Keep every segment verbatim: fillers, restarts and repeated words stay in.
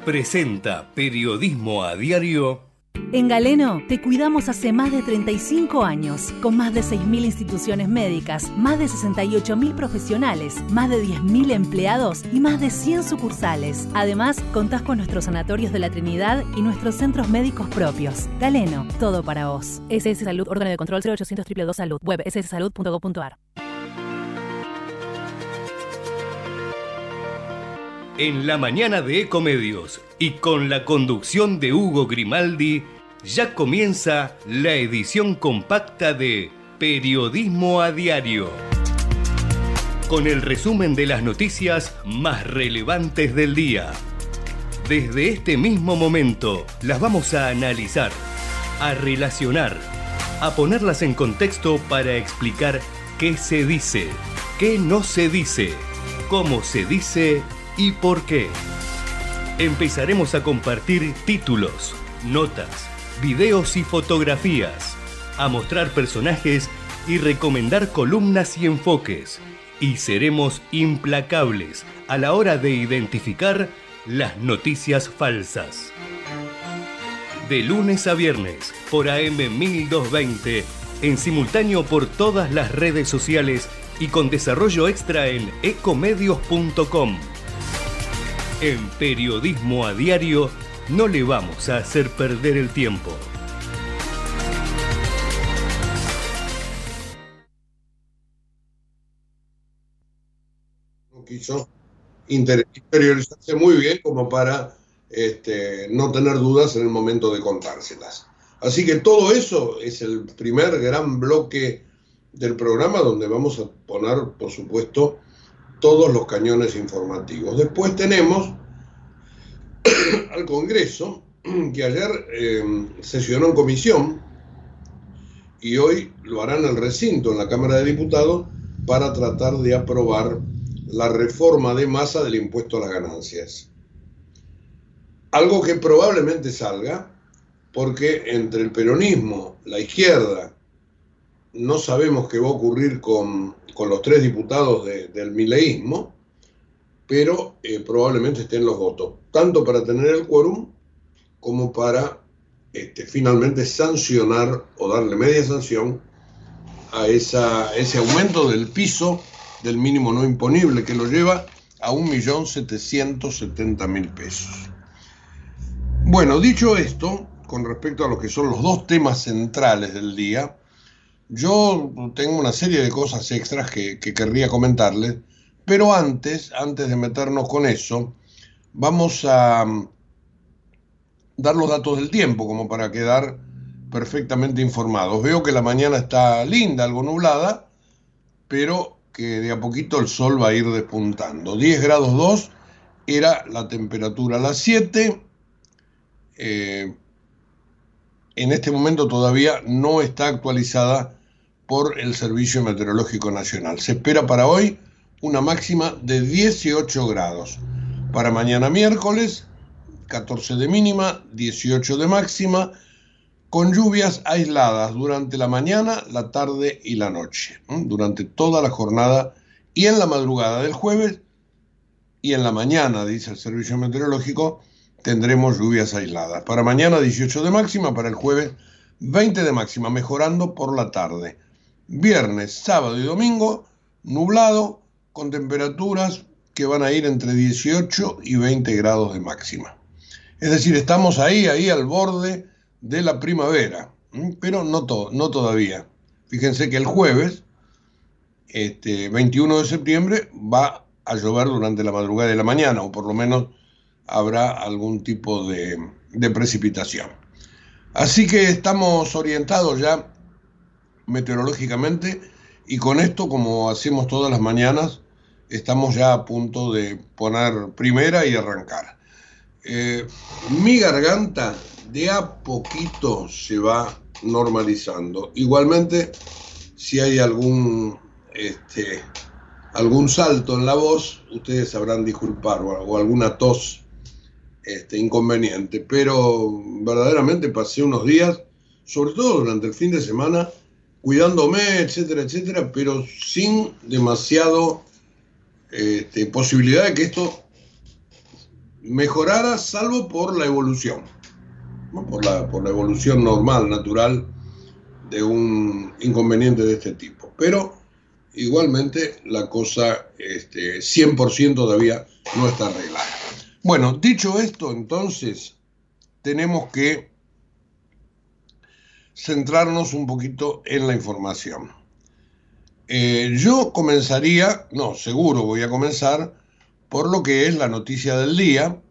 presenta Periodismo a Diario. En Galeno te cuidamos hace más de treinta y cinco años, con más de seis mil instituciones médicas, más de sesenta y ocho mil profesionales, más de diez mil empleados y más de cien sucursales. Además, contás con nuestros sanatorios de la Trinidad y nuestros centros médicos propios. Galeno, todo para vos. S S Salud, órgano de control cero ochocientos dos dos dos Salud, web ese ese salud punto gob punto a r. En la mañana de Ecomedios y con la conducción de Hugo Grimaldi, ya comienza la edición compacta de Periodismo a Diario, con el resumen de las noticias más relevantes del día. Desde este mismo momento las vamos a analizar, a relacionar, a ponerlas en contexto para explicar qué se dice, qué no se dice, cómo se dice y por qué. Empezaremos a compartir títulos, notas, videos y fotografías, a mostrar personajes y recomendar columnas y enfoques. Y seremos implacables a la hora de identificar las noticias falsas. De lunes a viernes por A M mil doscientos veinte, en simultáneo por todas las redes sociales y con desarrollo extra en ecomedios punto com. En Periodismo a Diario no le vamos a hacer perder el tiempo. No quiso interiorizarse muy bien como para este, no tener dudas en el momento de contárselas. Así que todo eso es el primer gran bloque del programa, donde vamos a poner, por supuesto, todos los cañones informativos. Después tenemos al Congreso, que ayer eh, sesionó en comisión y hoy lo hará en el recinto, en la Cámara de Diputados, para tratar de aprobar la reforma de masa del impuesto a las ganancias. Algo que probablemente salga, porque entre el peronismo, la izquierda, no sabemos qué va a ocurrir con, con los tres diputados de, del mileísmo, pero eh, probablemente estén los votos, tanto para tener el quórum como para este, finalmente sancionar o darle media sanción a esa, ese aumento del piso del mínimo no imponible, que lo lleva a un millón setecientos setenta mil pesos. Bueno, dicho esto, con respecto a lo que son los dos temas centrales del día, yo tengo una serie de cosas extras que, que querría comentarles, pero antes, antes de meternos con eso, vamos a dar los datos del tiempo como para quedar perfectamente informados. Veo que la mañana está linda, algo nublada, pero que de a poquito el sol va a ir despuntando. diez grados dos era la temperatura a las siete. Eh, en este momento todavía no está actualizada por el Servicio Meteorológico Nacional. Se espera para hoy una máxima de dieciocho grados. Para mañana miércoles, catorce de mínima, dieciocho de máxima, con lluvias aisladas durante la mañana, la tarde y la noche, ¿eh? Durante toda la jornada y en la madrugada del jueves y en la mañana, dice el Servicio Meteorológico, tendremos lluvias aisladas. Para mañana dieciocho de máxima, para el jueves veinte de máxima, mejorando por la tarde. Viernes, sábado y domingo, nublado, con temperaturas que van a ir entre dieciocho y veinte grados de máxima. Es decir, estamos ahí, ahí al borde de la primavera, pero no, to- no todavía. Fíjense que el jueves, este, veintiuno de septiembre, va a llover durante la madrugada de la mañana, o por lo menos habrá algún tipo de, de precipitación. Así que estamos orientados ya meteorológicamente, y con esto, como hacemos todas las mañanas, estamos ya a punto de poner primera y arrancar. Eh, mi garganta de a poquito se va normalizando. Igualmente, si hay algún este, algún salto en la voz, ustedes sabrán disculpar, o, o alguna tos este, inconveniente, pero verdaderamente pasé unos días, sobre todo durante el fin de semana, cuidándome, etcétera, etcétera, pero sin demasiado este, posibilidad de que esto mejorara, salvo por la evolución, ¿no? por, la, por la evolución normal, natural de un inconveniente de este tipo. Pero igualmente la cosa este, cien por ciento todavía no está arreglada. Bueno, dicho esto, entonces tenemos que centrarnos un poquito en la información. Eh, yo comenzaría, no, seguro voy a comenzar por lo que es la noticia del día.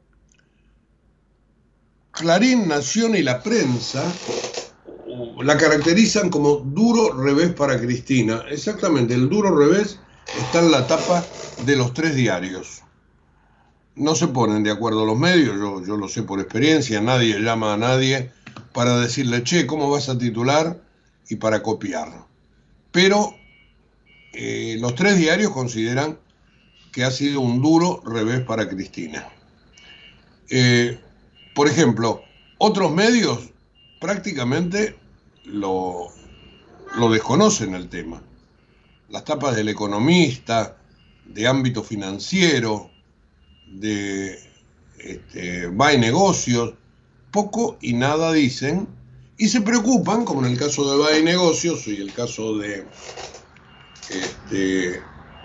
Clarín, Nación y la prensa la caracterizan como duro revés para Cristina. Exactamente, el duro revés está en la tapa de los tres diarios. No se ponen de acuerdo los medios, yo, yo lo sé por experiencia, nadie llama a nadie para decirle, che, ¿cómo vas a titular? Y para copiar. Pero eh, los tres diarios consideran que ha sido un duro revés para Cristina. Eh, por ejemplo, otros medios prácticamente lo, lo desconocen el tema. Las tapas del Economista, de Ámbito Financiero, de este, Va y Negocios, poco y nada dicen, y se preocupan, como en el caso de Va y Negocios y el caso de este,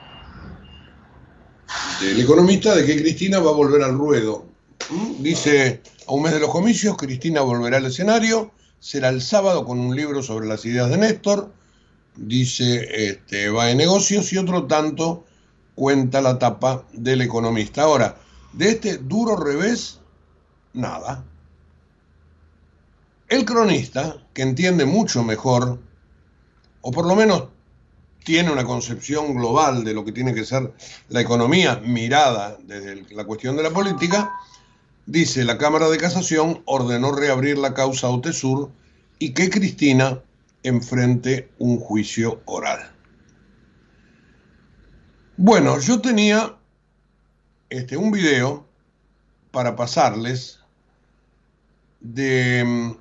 del Economista, de que Cristina va a volver al ruedo. ¿Mm? Dice, a un mes de los comicios, Cristina volverá al escenario, será el sábado con un libro sobre las ideas de Néstor, dice este, Va y Negocios, y otro tanto cuenta la tapa del Economista. Ahora, de este duro revés, nada. El Cronista, que entiende mucho mejor, o por lo menos tiene una concepción global de lo que tiene que ser la economía mirada desde la cuestión de la política, dice, la Cámara de Casación ordenó reabrir la causa Otesur y que Cristina enfrente un juicio oral. Bueno, yo tenía este, un video para pasarles de,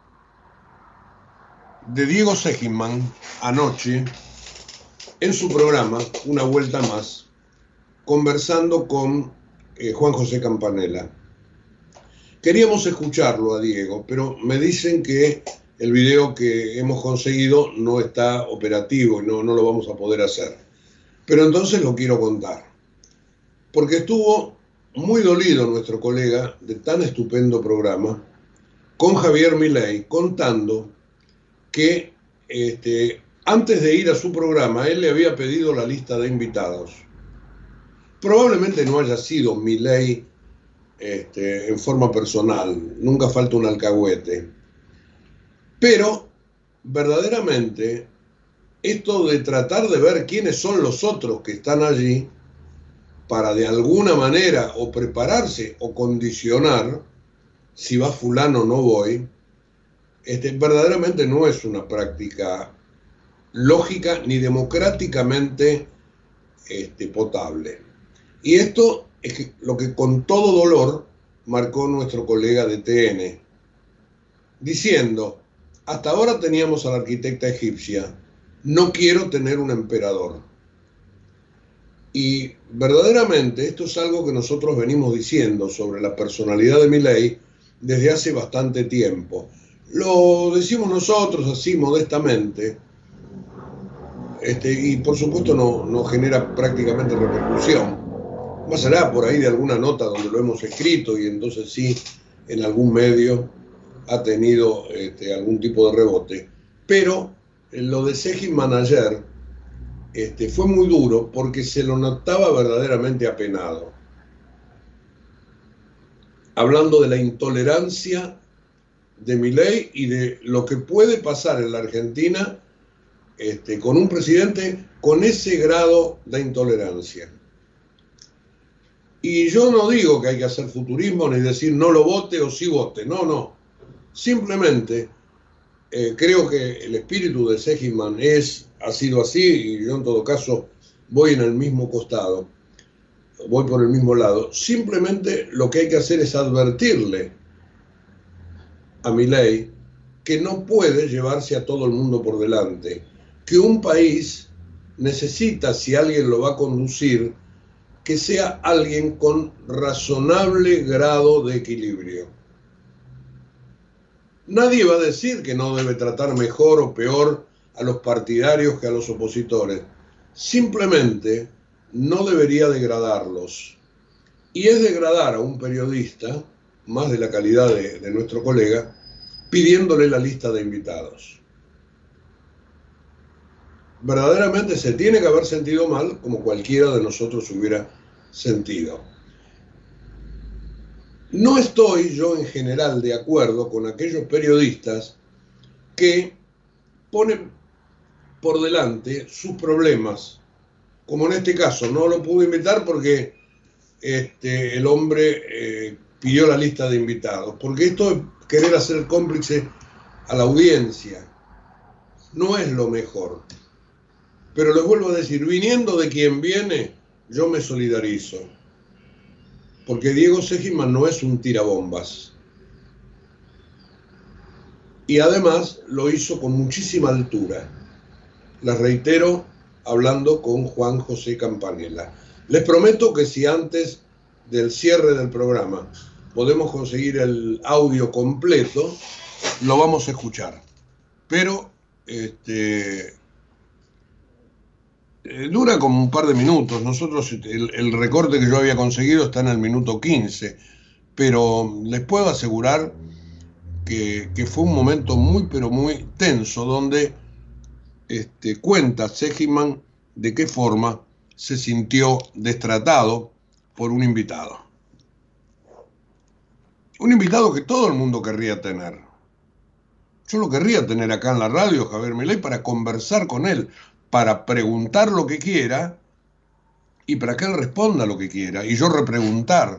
de Diego Seligman anoche en su programa Una Vuelta Más, conversando con eh, Juan José Campanella. Queríamos escucharlo a Diego, pero me dicen que el video que hemos conseguido no está operativo y no, no lo vamos a poder hacer. Pero entonces lo quiero contar, porque estuvo muy dolido nuestro colega de tan estupendo programa con Javier Milei, contando que este, antes de ir a su programa él le había pedido la lista de invitados. Probablemente no haya sido Milei este, en forma personal, nunca falta un alcahuete, pero verdaderamente esto de tratar de ver quiénes son los otros que están allí para de alguna manera o prepararse o condicionar si va fulano o no voy, este, verdaderamente no es una práctica lógica ni democráticamente este, potable. Y esto es que, lo que con todo dolor marcó nuestro colega de T N, diciendo, hasta ahora teníamos a la arquitecta egipcia, no quiero tener un emperador. Y verdaderamente esto es algo que nosotros venimos diciendo sobre la personalidad de Milei desde hace bastante tiempo. Lo decimos nosotros así modestamente, este, y por supuesto no, no genera prácticamente repercusión. Más allá por ahí de alguna nota donde lo hemos escrito y entonces sí en algún medio ha tenido este, algún tipo de rebote. Pero lo de Seligman ayer este, fue muy duro porque se lo notaba verdaderamente apenado. Hablando de la intolerancia de Milei y de lo que puede pasar en la Argentina este, con un presidente con ese grado de intolerancia. Y yo no digo que hay que hacer futurismo ni decir no lo vote o sí vote, no, no. Simplemente eh, creo que el espíritu de Seligman es, ha sido así y yo en todo caso voy en el mismo costado, voy por el mismo lado. Simplemente lo que hay que hacer es advertirle a Milei que no puede llevarse a todo el mundo por delante, que un país necesita, si alguien lo va a conducir, que sea alguien con razonable grado de equilibrio. Nadie va a decir que no debe tratar mejor o peor a los partidarios que a los opositores. Simplemente no debería degradarlos. Y es degradar a un periodista, más de la calidad de, de nuestro colega, pidiéndole la lista de invitados. Verdaderamente se tiene que haber sentido mal, como cualquiera de nosotros hubiera sentido. No estoy yo en general de acuerdo con aquellos periodistas que ponen por delante sus problemas, como en este caso, no lo pude invitar porque este, el hombre eh, pidió la lista de invitados, porque esto es querer hacer cómplice a la audiencia, no es lo mejor. Pero les vuelvo a decir, viniendo de quien viene, yo me solidarizo. Porque Diego Seligman no es un tirabombas. Y además lo hizo con muchísima altura. Les reitero, hablando con Juan José Campanella. Les prometo que si antes del cierre del programa podemos conseguir el audio completo, lo vamos a escuchar. Pero este, eh, dura como un par de minutos. Nosotros, el, el recorte que yo había conseguido está en el minuto quince, pero les puedo asegurar que, que fue un momento muy, pero muy tenso, donde este, cuenta Seligman de qué forma se sintió destratado por un invitado. Un invitado que todo el mundo querría tener. Yo lo querría tener acá en la radio, Javier Milei, para conversar con él, para preguntar lo que quiera y para que él responda lo que quiera y yo repreguntar.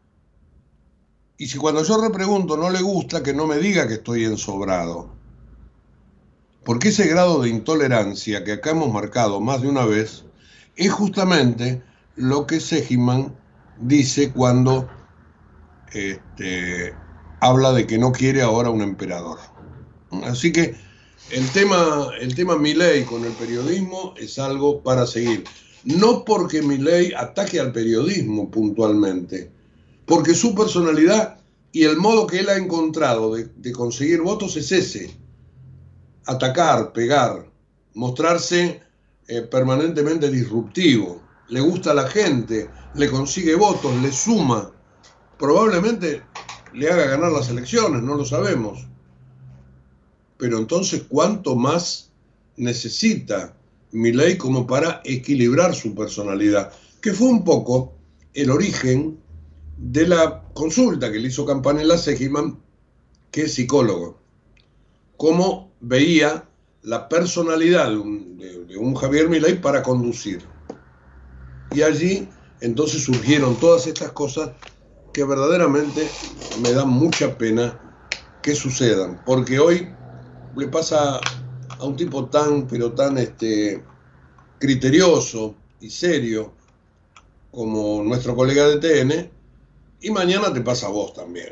Y si cuando yo repregunto no le gusta, que no me diga que estoy ensobrado. Porque ese grado de intolerancia que acá hemos marcado más de una vez es justamente lo que Seligman dice cuando este, habla de que no quiere ahora un emperador. Así que el tema, el tema Milei con el periodismo es algo para seguir. No porque Milei ataque al periodismo puntualmente, porque su personalidad y el modo que él ha encontrado de, de conseguir votos es ese: atacar, pegar, mostrarse eh, permanentemente disruptivo. Le gusta a la gente, le consigue votos, le suma. Probablemente le haga ganar las elecciones, no lo sabemos. Pero entonces, ¿cuánto más necesita Milei como para equilibrar su personalidad? Que fue un poco el origen de la consulta que le hizo Campanella a Seligman, que es psicólogo. Cómo veía la personalidad de un, de, de un Javier Milei para conducir. Y allí entonces surgieron todas estas cosas que verdaderamente me dan mucha pena que sucedan, porque hoy le pasa a un tipo tan, pero tan este, criterioso y serio como nuestro colega de T N, y mañana te pasa a vos también.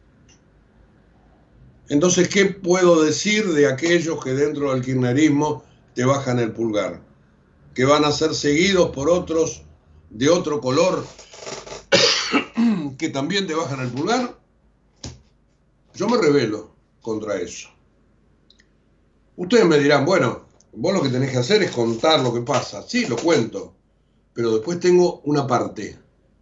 Entonces, ¿qué puedo decir de aquellos que dentro del kirchnerismo te bajan el pulgar? ¿Que van a ser seguidos por otros de otro color que también te bajan el pulgar? Yo me rebelo contra eso. Ustedes me dirán, bueno, vos lo que tenés que hacer es contar lo que pasa. Sí, lo cuento, pero después tengo una parte.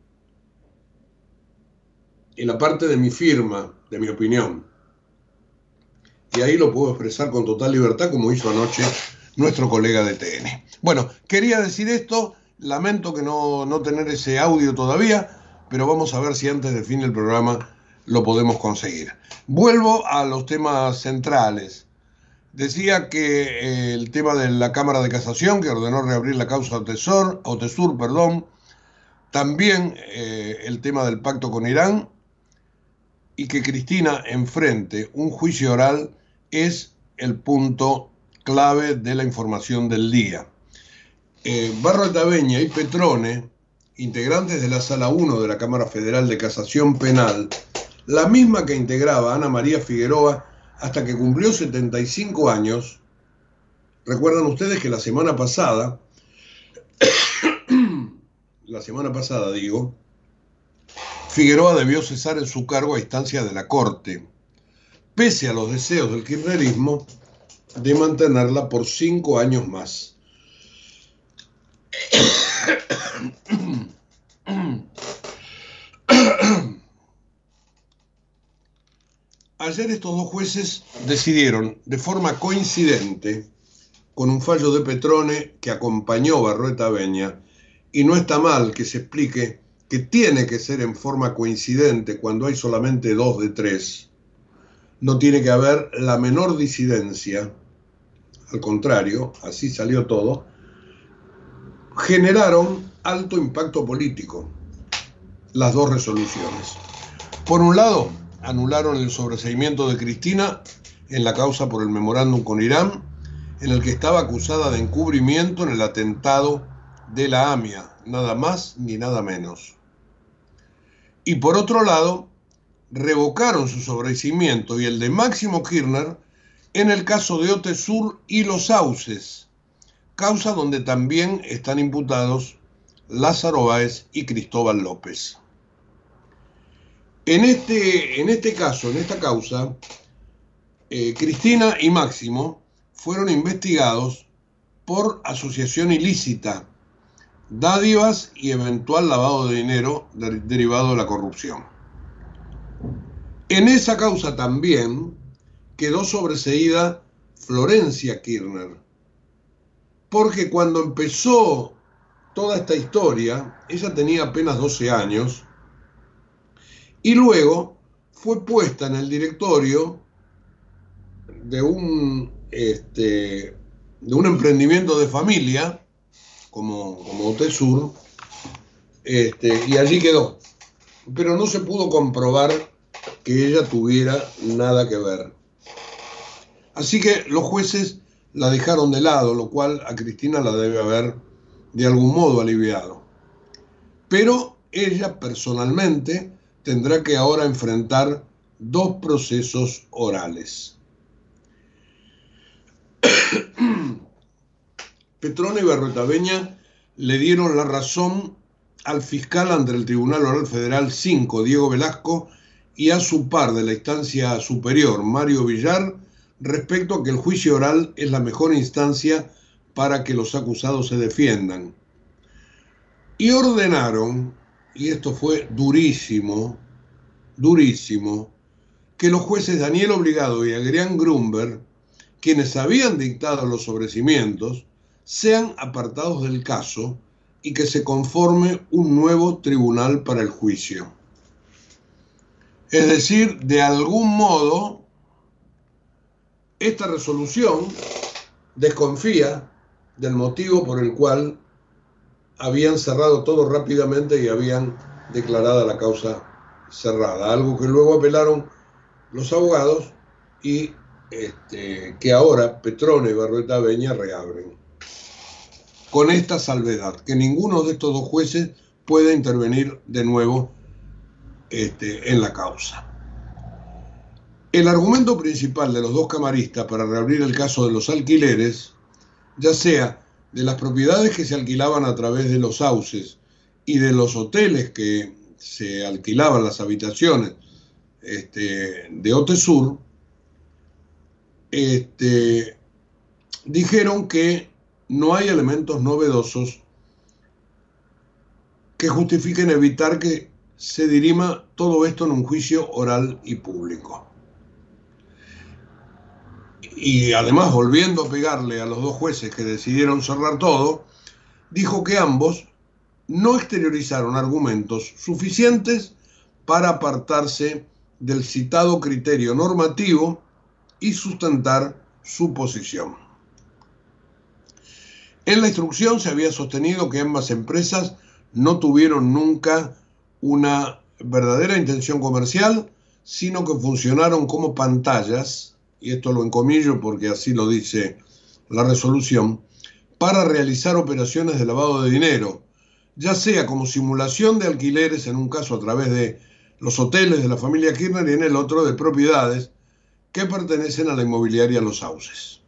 Y la parte de mi firma, de mi opinión. Y ahí lo puedo expresar con total libertad, como hizo anoche nuestro colega de T N. Bueno, quería decir esto, lamento que no, no tener ese audio todavía, pero vamos a ver si antes del fin del programa lo podemos conseguir. Vuelvo a los temas centrales. Decía que eh, el tema de la Cámara de Casación, que ordenó reabrir la causa Otesur, Otesur, perdón, también eh, el tema del pacto con Irán, y que Cristina enfrente un juicio oral es el punto clave de la información del día. Eh, Barroetaveña y Petrone, integrantes de la Sala uno de la Cámara Federal de Casación Penal, la misma que integraba Ana María Figueroa hasta que cumplió setenta y cinco años. Recuerdan ustedes que la semana pasada la semana pasada, digo, Figueroa debió cesar en su cargo a instancia de la Corte, pese a los deseos del kirchnerismo de mantenerla por cinco años más. Ayer estos dos jueces decidieron de forma coincidente con un fallo de Petrone que acompañó Barrueta Beña, y no está mal que se explique que tiene que ser en forma coincidente cuando hay solamente dos de tres. No tiene que haber la menor disidencia, al contrario, así salió todo. Generaron alto impacto político las dos resoluciones. Por un lado, anularon el sobreseimiento de Cristina en la causa por el memorándum con Irán, en el que estaba acusada de encubrimiento en el atentado de la AMIA, nada más ni nada menos. Y por otro lado, revocaron su sobreseimiento y el de Máximo Kirchner en el caso de Otesur y Los Sauces, causa donde también están imputados Lázaro Báez y Cristóbal López. En este, en este caso, en esta causa, eh, Cristina y Máximo fueron investigados por asociación ilícita, dádivas y eventual lavado de dinero de, derivado de la corrupción. En esa causa también quedó sobreseída Florencia Kirchner, porque cuando empezó toda esta historia, ella tenía apenas doce años, y luego fue puesta en el directorio de un, este, de un emprendimiento de familia, como, como Otesur, este, y allí quedó. Pero no se pudo comprobar que ella tuviera nada que ver. Así que los jueces la dejaron de lado, lo cual a Cristina la debe haber de algún modo aliviado. Pero ella personalmente tendrá que ahora enfrentar dos procesos orales. Petrone y Barrueta Beña le dieron la razón al fiscal ante el Tribunal Oral Federal cinco, Diego Velasco, y a su par de la instancia superior, Mario Villar, respecto a que el juicio oral es la mejor instancia para que los acusados se defiendan. Y ordenaron, y esto fue durísimo, durísimo, que los jueces Daniel Obligado y Adrián Grunberg, quienes habían dictado los sobreseimientos, sean apartados del caso y que se conforme un nuevo tribunal para el juicio. Es decir, de algún modo, esta resolución desconfía del motivo por el cual habían cerrado todo rápidamente y habían declarado la causa cerrada, algo que luego apelaron los abogados y este, que ahora Petrone y Barrueta Beña reabren. Con esta salvedad, que ninguno de estos dos jueces puede intervenir de nuevo este, en la causa. El argumento principal de los dos camaristas para reabrir el caso de los alquileres, ya sea de las propiedades que se alquilaban a través de los sauces y de los hoteles que se alquilaban las habitaciones este, de Otesur, este, dijeron que no hay elementos novedosos que justifiquen evitar que se dirima todo esto en un juicio oral y público. Y además, volviendo a pegarle a los dos jueces que decidieron cerrar todo, dijo que ambos no exteriorizaron argumentos suficientes para apartarse del citado criterio normativo y sustentar su posición. En la instrucción se había sostenido que ambas empresas no tuvieron nunca una verdadera intención comercial, sino que funcionaron como pantallas, y esto lo encomillo porque así lo dice la resolución, para realizar operaciones de lavado de dinero, ya sea como simulación de alquileres, en un caso a través de los hoteles de la familia Kirchner y en el otro de propiedades que pertenecen a la inmobiliaria Los Sauces.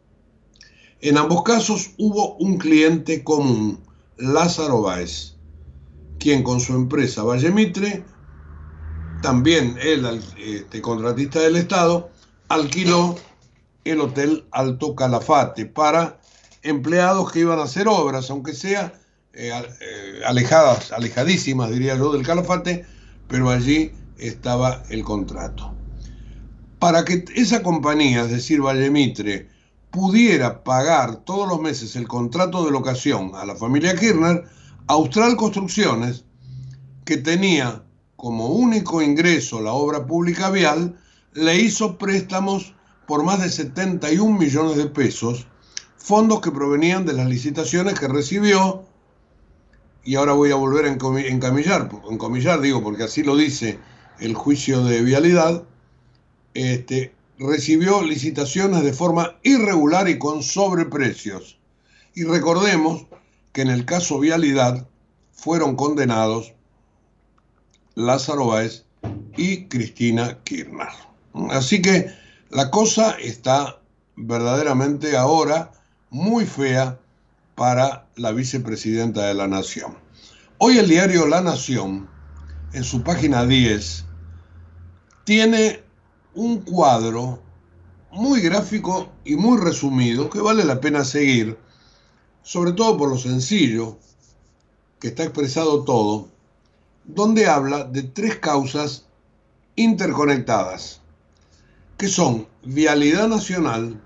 En ambos casos hubo un cliente común, Lázaro Báez, quien con su empresa Valle Mitre, también él, este, contratista del Estado, alquiló el Hotel Alto Calafate para empleados que iban a hacer obras, aunque sea eh, alejadas, alejadísimas, diría yo, del Calafate, pero allí estaba el contrato. Para que esa compañía, es decir, Valle Mitre, pudiera pagar todos los meses el contrato de locación a la familia Kirchner, Austral Construcciones, que tenía como único ingreso la obra pública vial, le hizo préstamos por más de setenta y un millones de pesos, fondos que provenían de las licitaciones que recibió, y ahora voy a volver a encamillar, encomillar, digo, porque así lo dice el juicio de vialidad, este, recibió licitaciones de forma irregular y con sobreprecios. Y recordemos que en el caso Vialidad fueron condenados Lázaro Báez y Cristina Kirchner. Así que la cosa está verdaderamente ahora muy fea para la vicepresidenta de la Nación. Hoy el diario La Nación, en su página diez, tiene un cuadro muy gráfico y muy resumido que vale la pena seguir, sobre todo por lo sencillo que está expresado todo, donde habla de tres causas interconectadas, que son Vialidad Nacional,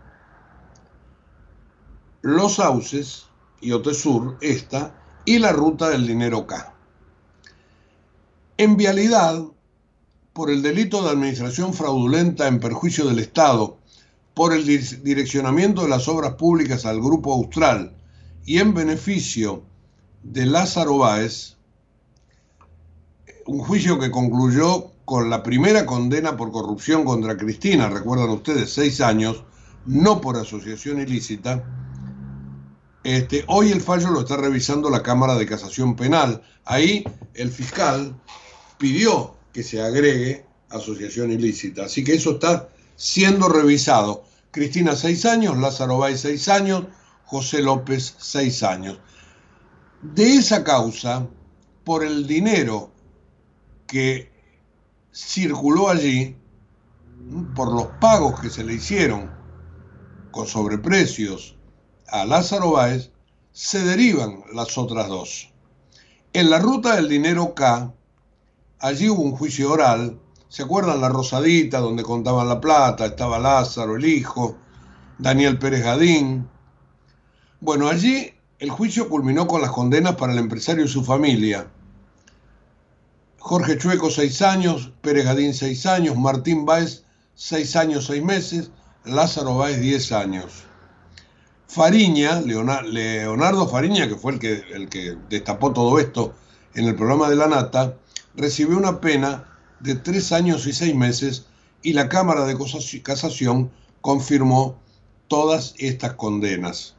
Los Sauces y Otesur, esta, y la ruta del dinero K. En Vialidad, por el delito de administración fraudulenta en perjuicio del Estado, por el direccionamiento de las obras públicas al Grupo Austral y en beneficio de Lázaro Báez, un juicio que concluyó con la primera condena por corrupción contra Cristina, recuerdan ustedes, seis años, no por asociación ilícita. Este, hoy el fallo lo está revisando la Cámara de Casación Penal. Ahí el fiscal pidió que se agregue asociación ilícita, así que eso está siendo revisado. Cristina, seis años, Lázaro Báez, seis años, José López, seis años. De esa causa, por el dinero que circuló allí, por los pagos que se le hicieron con sobreprecios a Lázaro Báez, se derivan las otras dos. En la ruta del dinero K, allí hubo un juicio oral. ¿Se acuerdan la Rosadita, donde contaban la plata? Estaba Lázaro, el hijo, Daniel Pérez Gadín. Bueno, allí el juicio culminó con las condenas para el empresario y su familia. Jorge Chueco, seis años, Pérez Gadín, seis años, Martín Báez, seis años, seis meses, Lázaro Báez, diez años. Fariña, Leonardo Fariña, que fue el que, el que destapó todo esto en el programa de La Nata, recibió una pena de tres años y seis meses y la Cámara de Casación confirmó todas estas condenas.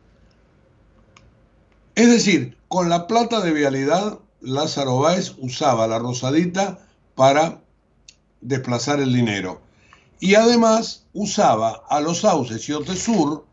Es decir, con la plata de Vialidad, Lázaro Báez usaba la Rosadita para desplazar el dinero. Y además usaba a Los Sauces y Otesur,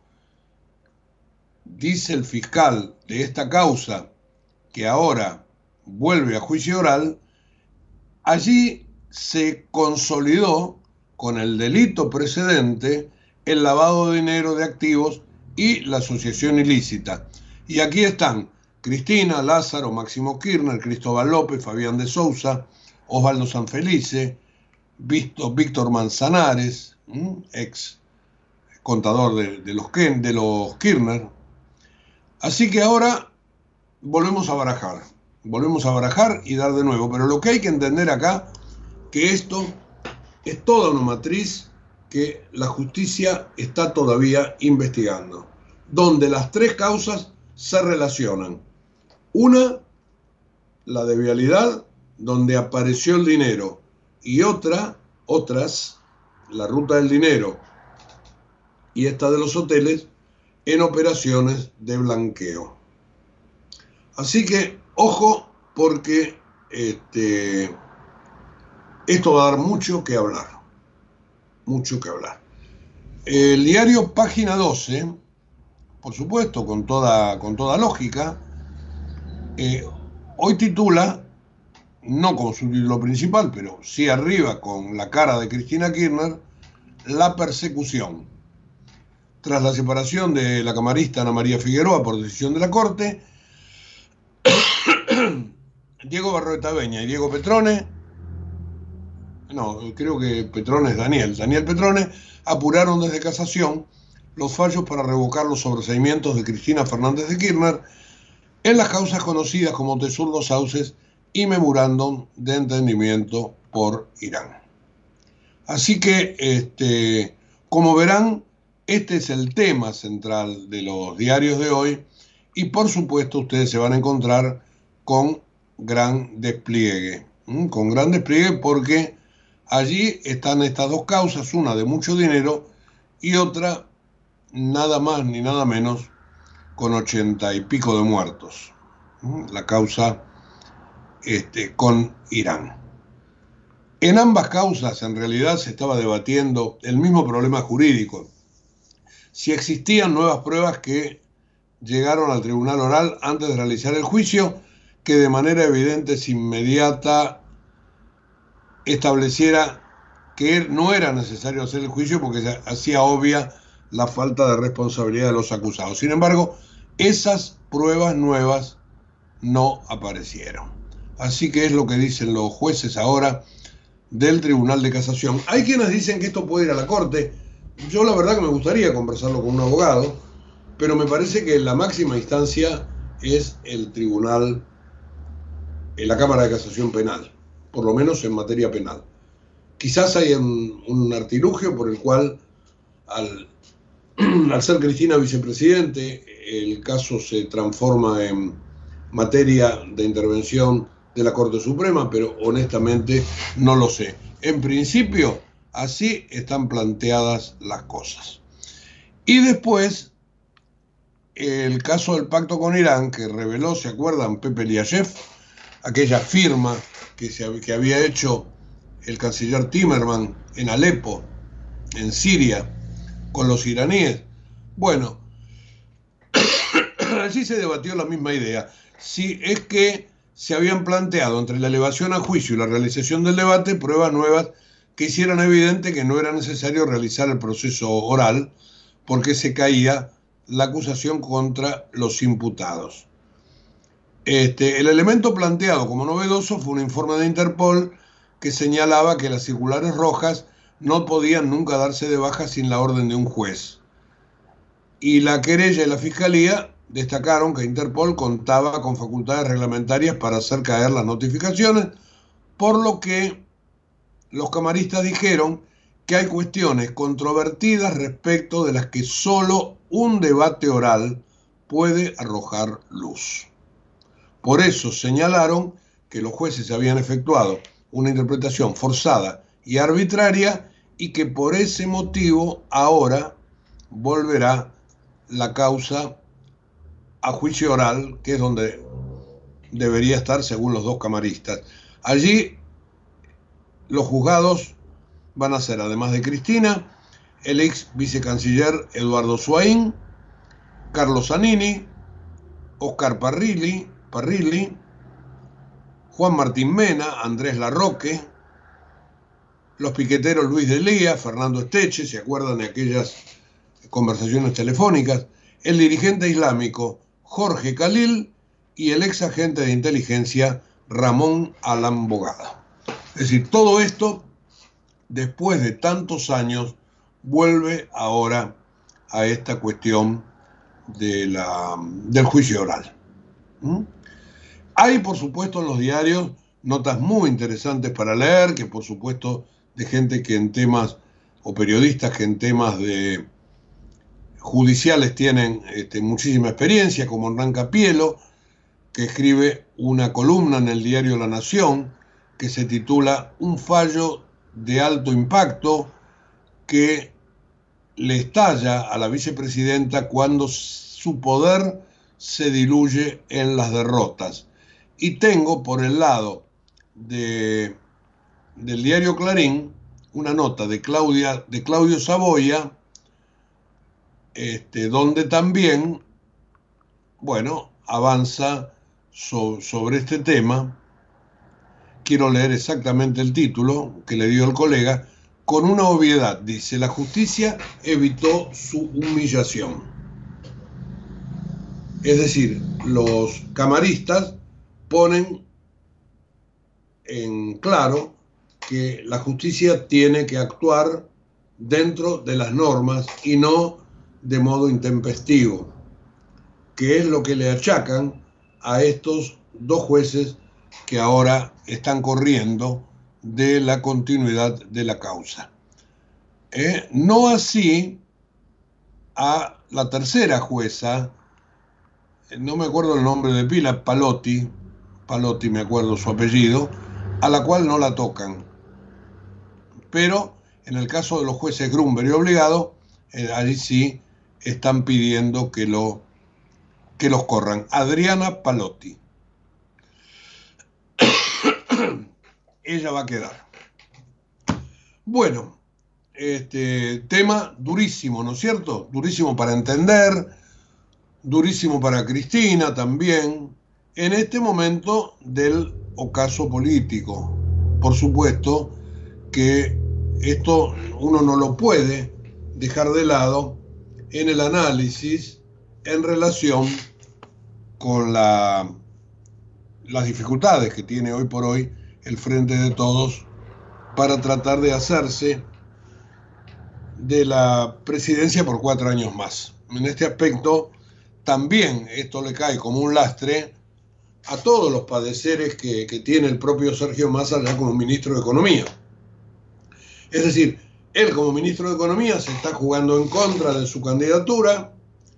dice el fiscal de esta causa, que ahora vuelve a juicio oral. Allí se consolidó con el delito precedente el lavado de dinero de activos y la asociación ilícita. Y aquí están Cristina, Lázaro, Máximo Kirchner, Cristóbal López, Fabián de Sousa, Osvaldo Sanfelice, Víctor Manzanares, ex contador de, de, los, de los Kirchner. Así que ahora volvemos a barajar, volvemos a barajar y dar de nuevo. Pero lo que hay que entender acá, que esto es toda una matriz que la justicia está todavía investigando, donde las tres causas se relacionan. Una, la de Vialidad, donde apareció el dinero, y otra, otras, la ruta del dinero y esta de los hoteles, en operaciones de blanqueo. Así que, ojo, porque este, esto va a dar mucho que hablar, mucho que hablar. El diario Página doce, por supuesto, con toda, con toda lógica, eh, hoy titula, no con su título principal, pero sí arriba con la cara de Cristina Kirchner, La persecución. Tras la separación de la camarista Ana María Figueroa por decisión de la Corte, Diego Berroeta Beña y Diego Petrone, no, creo que Petrone es Daniel, Daniel Petrone, apuraron desde casación los fallos para revocar los sobreseimientos de Cristina Fernández de Kirchner en las causas conocidas como Tesur Los Sauces y Memorándum de Entendimiento por Irán. Así que, este, como verán, este es el tema central de los diarios de hoy y por supuesto ustedes se van a encontrar con gran despliegue, ¿m? con gran despliegue porque allí están estas dos causas, una de mucho dinero y otra nada más ni nada menos con ochenta y pico de muertos, ¿m? la causa este, con Irán. En ambas causas en realidad se estaba debatiendo el mismo problema jurídico. Si existían nuevas pruebas que llegaron al tribunal oral antes de realizar el juicio, que de manera evidente, inmediata, estableciera que no era necesario hacer el juicio porque se hacía obvia la falta de responsabilidad de los acusados. Sin embargo, esas pruebas nuevas no aparecieron. Así que es lo que dicen los jueces ahora del Tribunal de Casación. Hay quienes dicen que esto puede ir a la Corte. Yo la verdad que me gustaría conversarlo con un abogado, pero me parece que la máxima instancia es el tribunal, en la Cámara de Casación Penal, por lo menos en materia penal. Quizás hay un, un artilugio por el cual, al, al ser Cristina vicepresidente, el caso se transforma en materia de intervención de la Corte Suprema, pero honestamente no lo sé. En principio, así están planteadas las cosas. Y después, el caso del pacto con Irán, que reveló, ¿se acuerdan? Pepe Liayev, aquella firma que, se, que había hecho el canciller Timerman en Alepo, en Siria, con los iraníes. Bueno, allí se debatió la misma idea. Si es que se habían planteado entre la elevación a juicio y la realización del debate pruebas nuevas que hicieran evidente que no era necesario realizar el proceso oral porque se caía la acusación contra los imputados. Este, el elemento planteado como novedoso fue un informe de Interpol que señalaba que las circulares rojas no podían nunca darse de baja sin la orden de un juez. Y la querella y la fiscalía destacaron que Interpol contaba con facultades reglamentarias para hacer caer las notificaciones, por lo que los camaristas dijeron que hay cuestiones controvertidas respecto de las que solo un debate oral puede arrojar luz. Por eso señalaron que los jueces habían efectuado una interpretación forzada y arbitraria y que por ese motivo ahora volverá la causa a juicio oral, que es donde debería estar según los dos camaristas. Allí los juzgados van a ser, además de Cristina, el ex vicecanciller Eduardo Swain, Carlos Zanini, Oscar Parrilli, Parrilli, Juan Martín Mena, Andrés Larroque, los piqueteros Luis de Lía, Fernando Esteche, ¿se acuerdan de aquellas conversaciones telefónicas? El dirigente islámico Jorge Khalil y el ex agente de inteligencia Ramón Alan Bogada. Es decir, todo esto, después de tantos años, vuelve ahora a esta cuestión de la, del juicio oral. ¿Mm? Hay, por supuesto, en los diarios notas muy interesantes para leer, que por supuesto de gente que en temas, o periodistas que en temas de judiciales tienen este, muchísima experiencia, como Hernán Capielo, que escribe una columna en el diario La Nación, que se titula Un fallo de alto impacto que le estalla a la vicepresidenta cuando su poder se diluye en las derrotas. Y tengo por el lado de, del diario Clarín una nota de, Claudia, de Claudio Saboya, este, donde también, bueno, avanza so, sobre este tema. Quiero leer exactamente el título que le dio el colega. Con una obviedad, dice: la justicia evitó su humillación. Es decir, los camaristas ponen en claro que la justicia tiene que actuar dentro de las normas y no de modo intempestivo, que es lo que le achacan a estos dos jueces que ahora están corriendo de la continuidad de la causa. Eh, no así a la tercera jueza, no me acuerdo el nombre de pila, Palotti, Palotti me acuerdo su apellido, a la cual no la tocan. Pero en el caso de los jueces Grunberg y Obligado, eh, allí sí están pidiendo que, lo, que los corran. Adriana Palotti. Ella va a quedar. Bueno, este tema durísimo, ¿no es cierto? Durísimo para entender, durísimo para Cristina también, en este momento del ocaso político. Por supuesto que esto uno no lo puede dejar de lado en el análisis en relación con la, las dificultades que tiene hoy por hoy el Frente de Todos para tratar de hacerse de la presidencia por cuatro años más. En este aspecto también esto le cae como un lastre a todos los padeceres que, que tiene el propio Sergio Massa ya como ministro de Economía. Es decir, él como ministro de Economía se está jugando en contra de su candidatura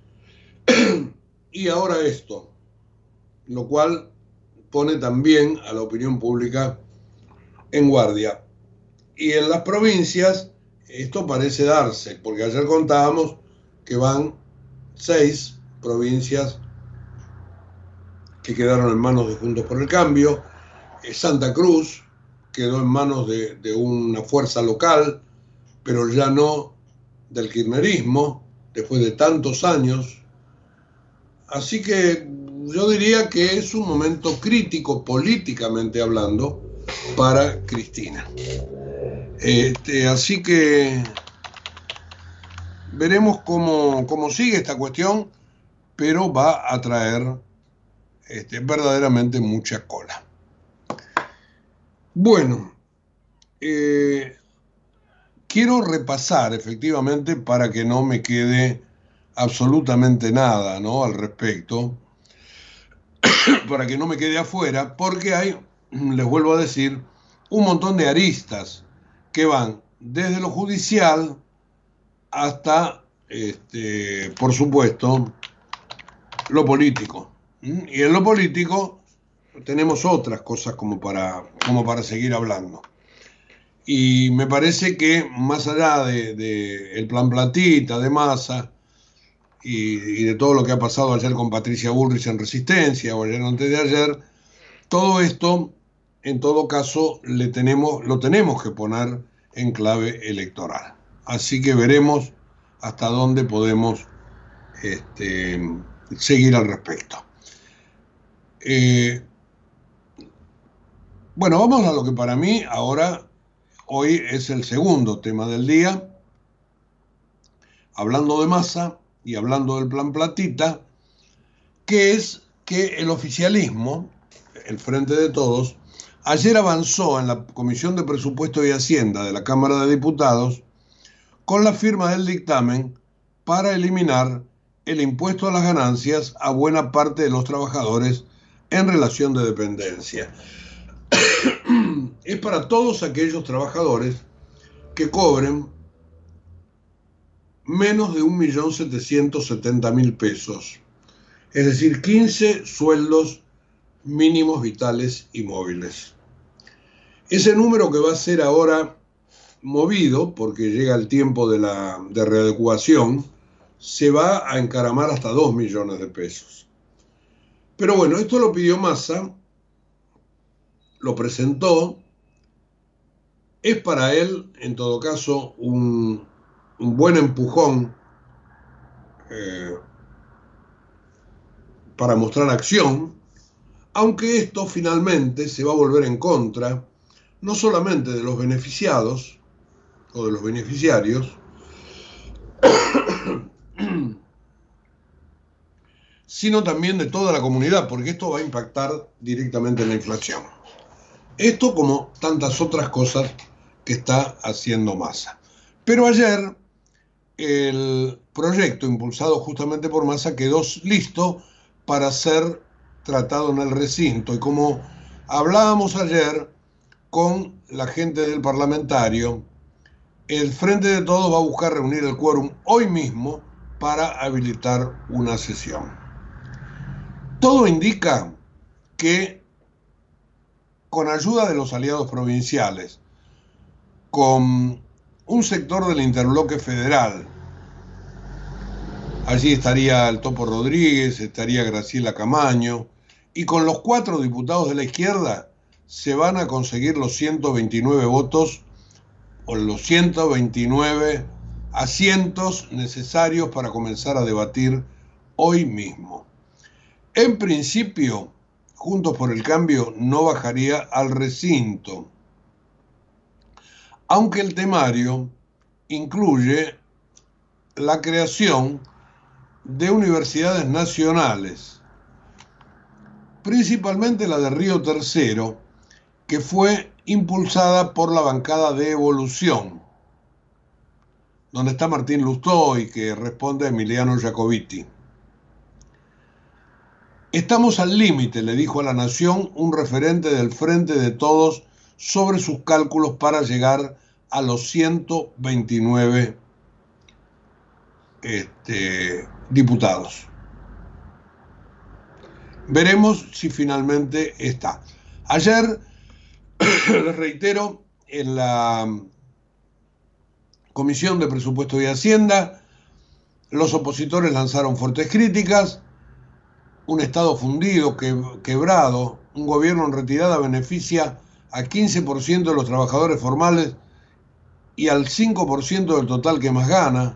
y ahora esto, lo cual pone también a la opinión pública en guardia. Y en las provincias esto parece darse, porque ayer contábamos que van seis provincias que quedaron en manos de Juntos por el Cambio. Santa Cruz quedó en manos de, de una fuerza local, pero ya no del kirchnerismo, después de tantos años. Así que yo diría que es un momento crítico, políticamente hablando, para Cristina. Este, así que veremos cómo, cómo sigue esta cuestión, pero va a traer este, verdaderamente mucha cola. Bueno, eh, quiero repasar efectivamente para que no me quede absolutamente nada, ¿no?, al respecto, para que no me quede afuera, porque hay, les vuelvo a decir, un montón de aristas que van desde lo judicial hasta, este, por supuesto, lo político. Y en lo político tenemos otras cosas como para, como para seguir hablando. Y me parece que más allá de, de el plan Platita, de Massa, y, y de todo lo que ha pasado ayer con Patricia Bullrich en Resistencia, o ayer antes de ayer, todo esto, en todo caso, le tenemos, lo tenemos que poner en clave electoral. Así que veremos hasta dónde podemos este, seguir al respecto. Eh, bueno, vamos a lo que para mí ahora, hoy es el segundo tema del día. Hablando de Massa y hablando del plan Platita, que es que el oficialismo, el Frente de Todos, ayer avanzó en la Comisión de Presupuesto y Hacienda de la Cámara de Diputados con la firma del dictamen para eliminar el impuesto a las ganancias a buena parte de los trabajadores en relación de dependencia. Es para todos aquellos trabajadores que cobren menos de un millón setecientos setenta mil pesos, es decir, quince sueldos mínimos vitales y móviles. Ese número que va a ser ahora movido, porque llega el tiempo de la de readecuación, se va a encaramar hasta dos millones de pesos. Pero bueno, esto lo pidió Massa, lo presentó, es para él, en todo caso, un, un buen empujón eh, para mostrar acción, aunque esto finalmente se va a volver en contra, no solamente de los beneficiados o de los beneficiarios, sino también de toda la comunidad, porque esto va a impactar directamente en la inflación. Esto como tantas otras cosas que está haciendo Massa. Pero ayer el proyecto impulsado justamente por Massa quedó listo para ser tratado en el recinto. Y como hablábamos ayer con la gente del parlamentario, el Frente de Todos va a buscar reunir el quórum hoy mismo para habilitar una sesión. Todo indica que con ayuda de los aliados provinciales, con un sector del interbloque federal, allí estaría el Topo Rodríguez, estaría Graciela Camaño, y con los cuatro diputados de la izquierda se van a conseguir los ciento veintinueve votos o los ciento veintinueve asientos necesarios para comenzar a debatir hoy mismo. En principio, Juntos por el Cambio no bajaría al recinto, aunque el temario incluye la creación de universidades nacionales, principalmente la de Río Tercero, que fue impulsada por la bancada de Evolución, donde está Martín Lustó y que responde a Emiliano Jacobiti. Estamos al límite, le dijo a La Nación un referente del Frente de Todos sobre sus cálculos para llegar a los ciento veintinueve este, diputados. Veremos si finalmente está. Ayer, les reitero, en la Comisión de Presupuesto y Hacienda, los opositores lanzaron fuertes críticas. Un Estado fundido, que, quebrado, un gobierno en retirada beneficia a quince por ciento de los trabajadores formales y al cinco por ciento del total que más gana.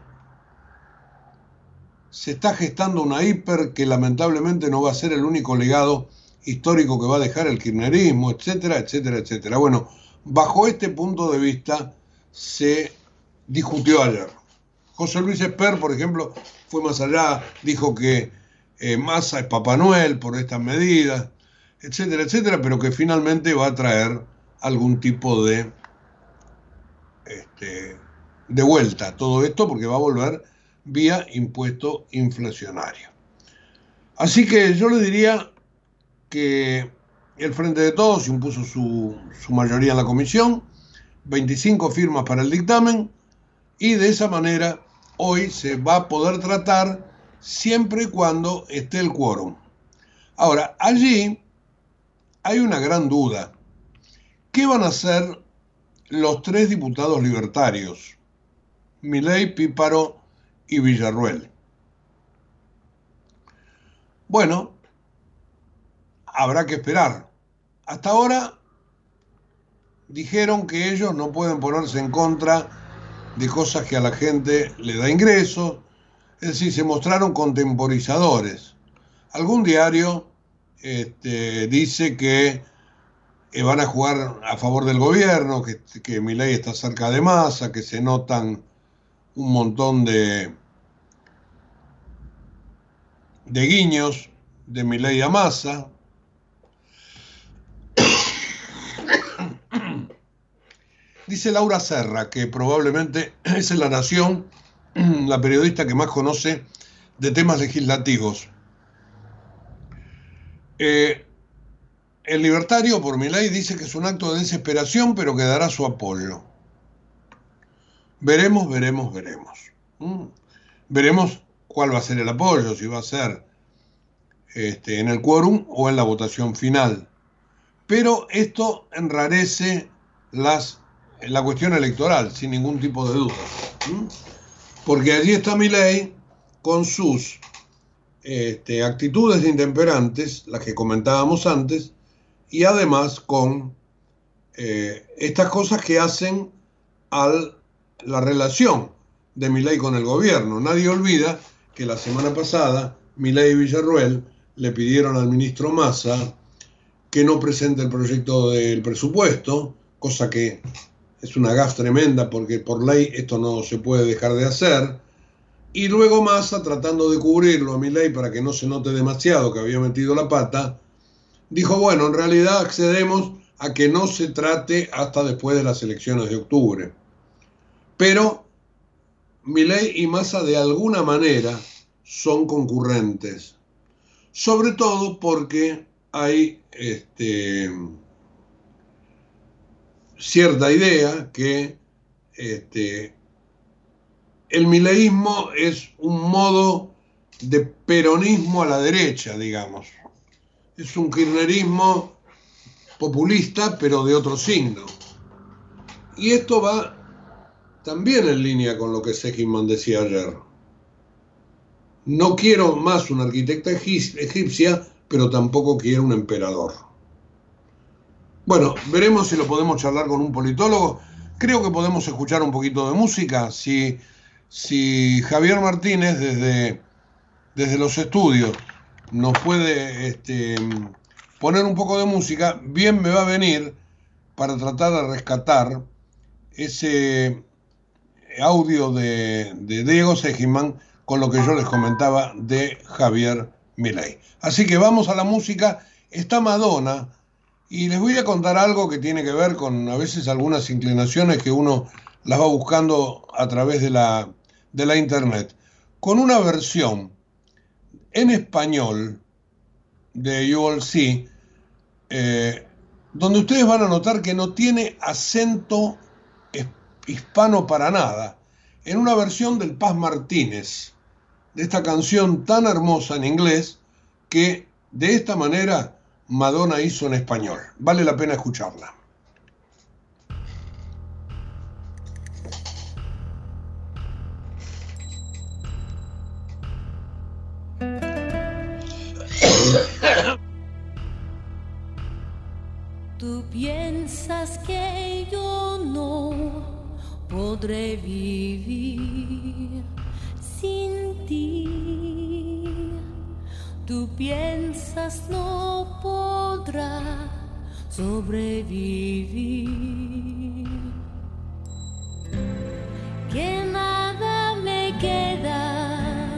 Se está gestando una hiper que lamentablemente no va a ser el único legado histórico que va a dejar el kirchnerismo, etcétera, etcétera, etcétera. Bueno, bajo este punto de vista se discutió ayer. José Luis Esper, por ejemplo, fue más allá, dijo que eh, Massa es Papá Noel por estas medidas, etcétera, etcétera, pero que finalmente va a traer algún tipo de, este, de vuelta a todo esto, porque va a volver vía impuesto inflacionario. Así que yo le diría que el Frente de Todos impuso su, su mayoría en la comisión, veinticinco firmas para el dictamen, y de esa manera hoy se va a poder tratar siempre y cuando esté el quórum. Ahora, allí hay una gran duda. ¿Qué van a hacer los tres diputados libertarios? Milei, Píparo y Villarruel. Bueno, habrá que esperar. Hasta ahora dijeron que ellos no pueden ponerse en contra de cosas que a la gente le da ingresos, es decir, se mostraron contemporizadores. Algún diario este, dice que eh, van a jugar a favor del gobierno, que, que Milei está cerca de Massa, que se notan un montón de, de guiños de Milei a Massa. Dice Laura Serra, que probablemente es en La Nación la periodista que más conoce de temas legislativos. Eh, el libertario por Milei dice que es un acto de desesperación, pero que dará su apoyo. Veremos, veremos, veremos. ¿Mm? Veremos cuál va a ser el apoyo, si va a ser este, en el quórum o en la votación final. Pero esto enrarece las, la cuestión electoral, sin ningún tipo de duda. ¿Mm? Porque allí está Milei con sus este, actitudes intemperantes, las que comentábamos antes, y además con eh, estas cosas que hacen a la relación de Milei con el gobierno. Nadie olvida que la semana pasada Milei y Villarruel le pidieron al ministro Massa que no presente el proyecto del presupuesto, cosa que es una gafa tremenda porque por ley esto no se puede dejar de hacer. Y luego Massa, tratando de cubrirlo a Milei para que no se note demasiado que había metido la pata, dijo, bueno, en realidad accedemos a que no se trate hasta después de las elecciones de octubre. Pero Milei y Massa de alguna manera son concurrentes, sobre todo porque hay este, cierta idea que este, el mileísmo es un modo de peronismo a la derecha, digamos. Es un kirchnerismo populista, pero de otro signo. Y esto va también en línea con lo que Seligman decía ayer. No quiero más una arquitecta egipcia, pero tampoco quiero un emperador. Bueno, veremos si lo podemos charlar con un politólogo. Creo que podemos escuchar un poquito de música. Si, si Javier Martínez desde, desde los estudios nos puede este, poner un poco de música, bien me va a venir para tratar de rescatar ese audio de, de Diego Seligman con lo que yo les comentaba de Javier Milei. Así que vamos a la música. Está Madonna y les voy a contar algo que tiene que ver con a veces algunas inclinaciones que uno las va buscando a través de la, de la internet. Con una versión en español de You Will See, eh, donde ustedes van a notar que no tiene acento hispano para nada, en una versión del Paz Martínez, de esta canción tan hermosa en inglés que de esta manera Madonna hizo en español. Vale la pena escucharla. Tú piensas que yo no podré vivir sin ti. Tú piensas no podrá sobrevivir. Que nada me queda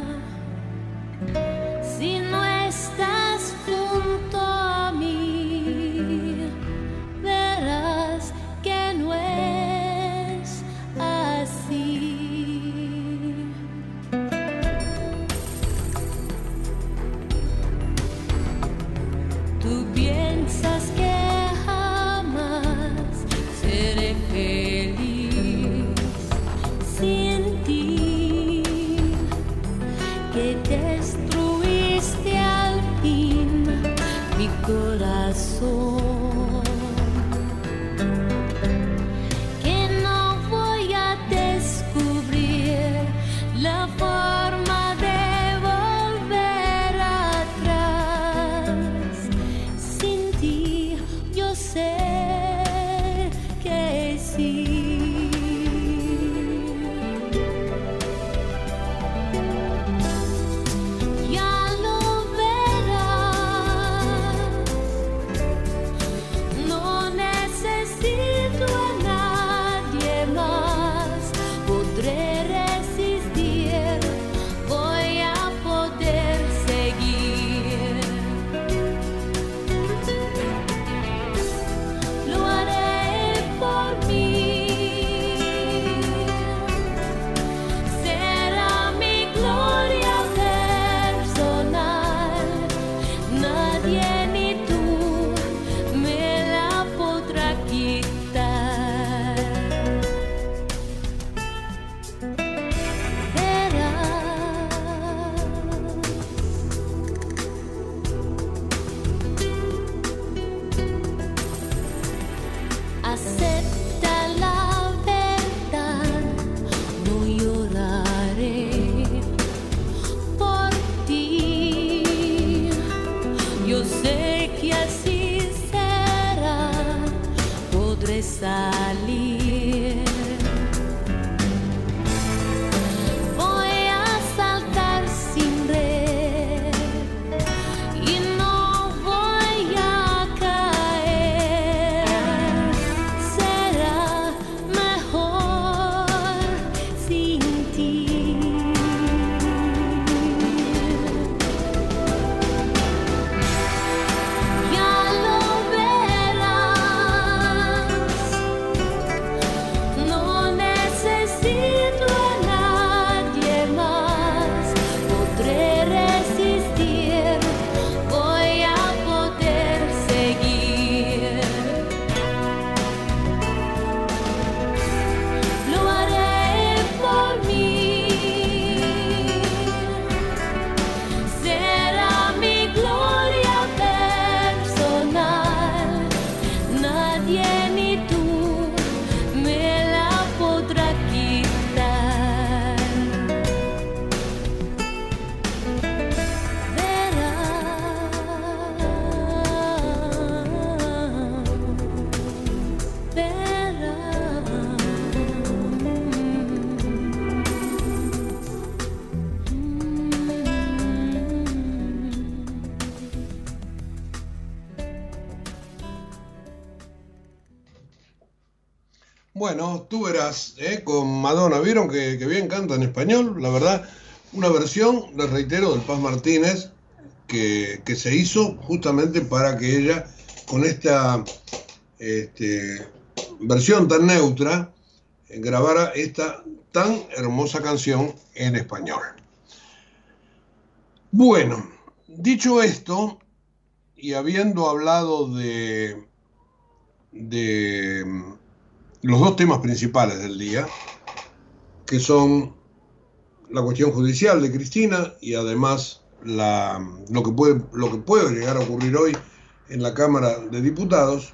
si no estás junto a mí. Verás que no es así. Tú piensas que jamás seré feliz sin ti, que destruiste al fin mi corazón. La forma de volver atrás. Sin ti yo sé que sí. Ya lo verás. No necesito a nadie más. Podré salir. Voy a saltar sin red y no voy a caer. nadie ni tú me la podrá quitar. Verás, verás. Bueno, tú verás, ¿eh? Con Madonna, ¿vieron que, que bien canta en español? La verdad, una versión, les reitero, del Paz Martínez, que, que se hizo justamente para que ella, con esta este, versión tan neutra, eh, grabara esta tan hermosa canción en español. Bueno, dicho esto, y habiendo hablado de, de los dos temas principales del día, que son la cuestión judicial de Cristina y además la, lo, que puede, lo que puede llegar a ocurrir hoy en la Cámara de Diputados,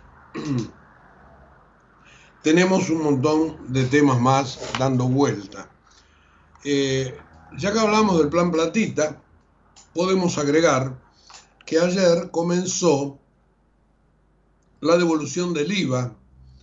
tenemos un montón de temas más dando vuelta. Eh, ya que hablamos del Plan Platita, podemos agregar que ayer comenzó la devolución del I V A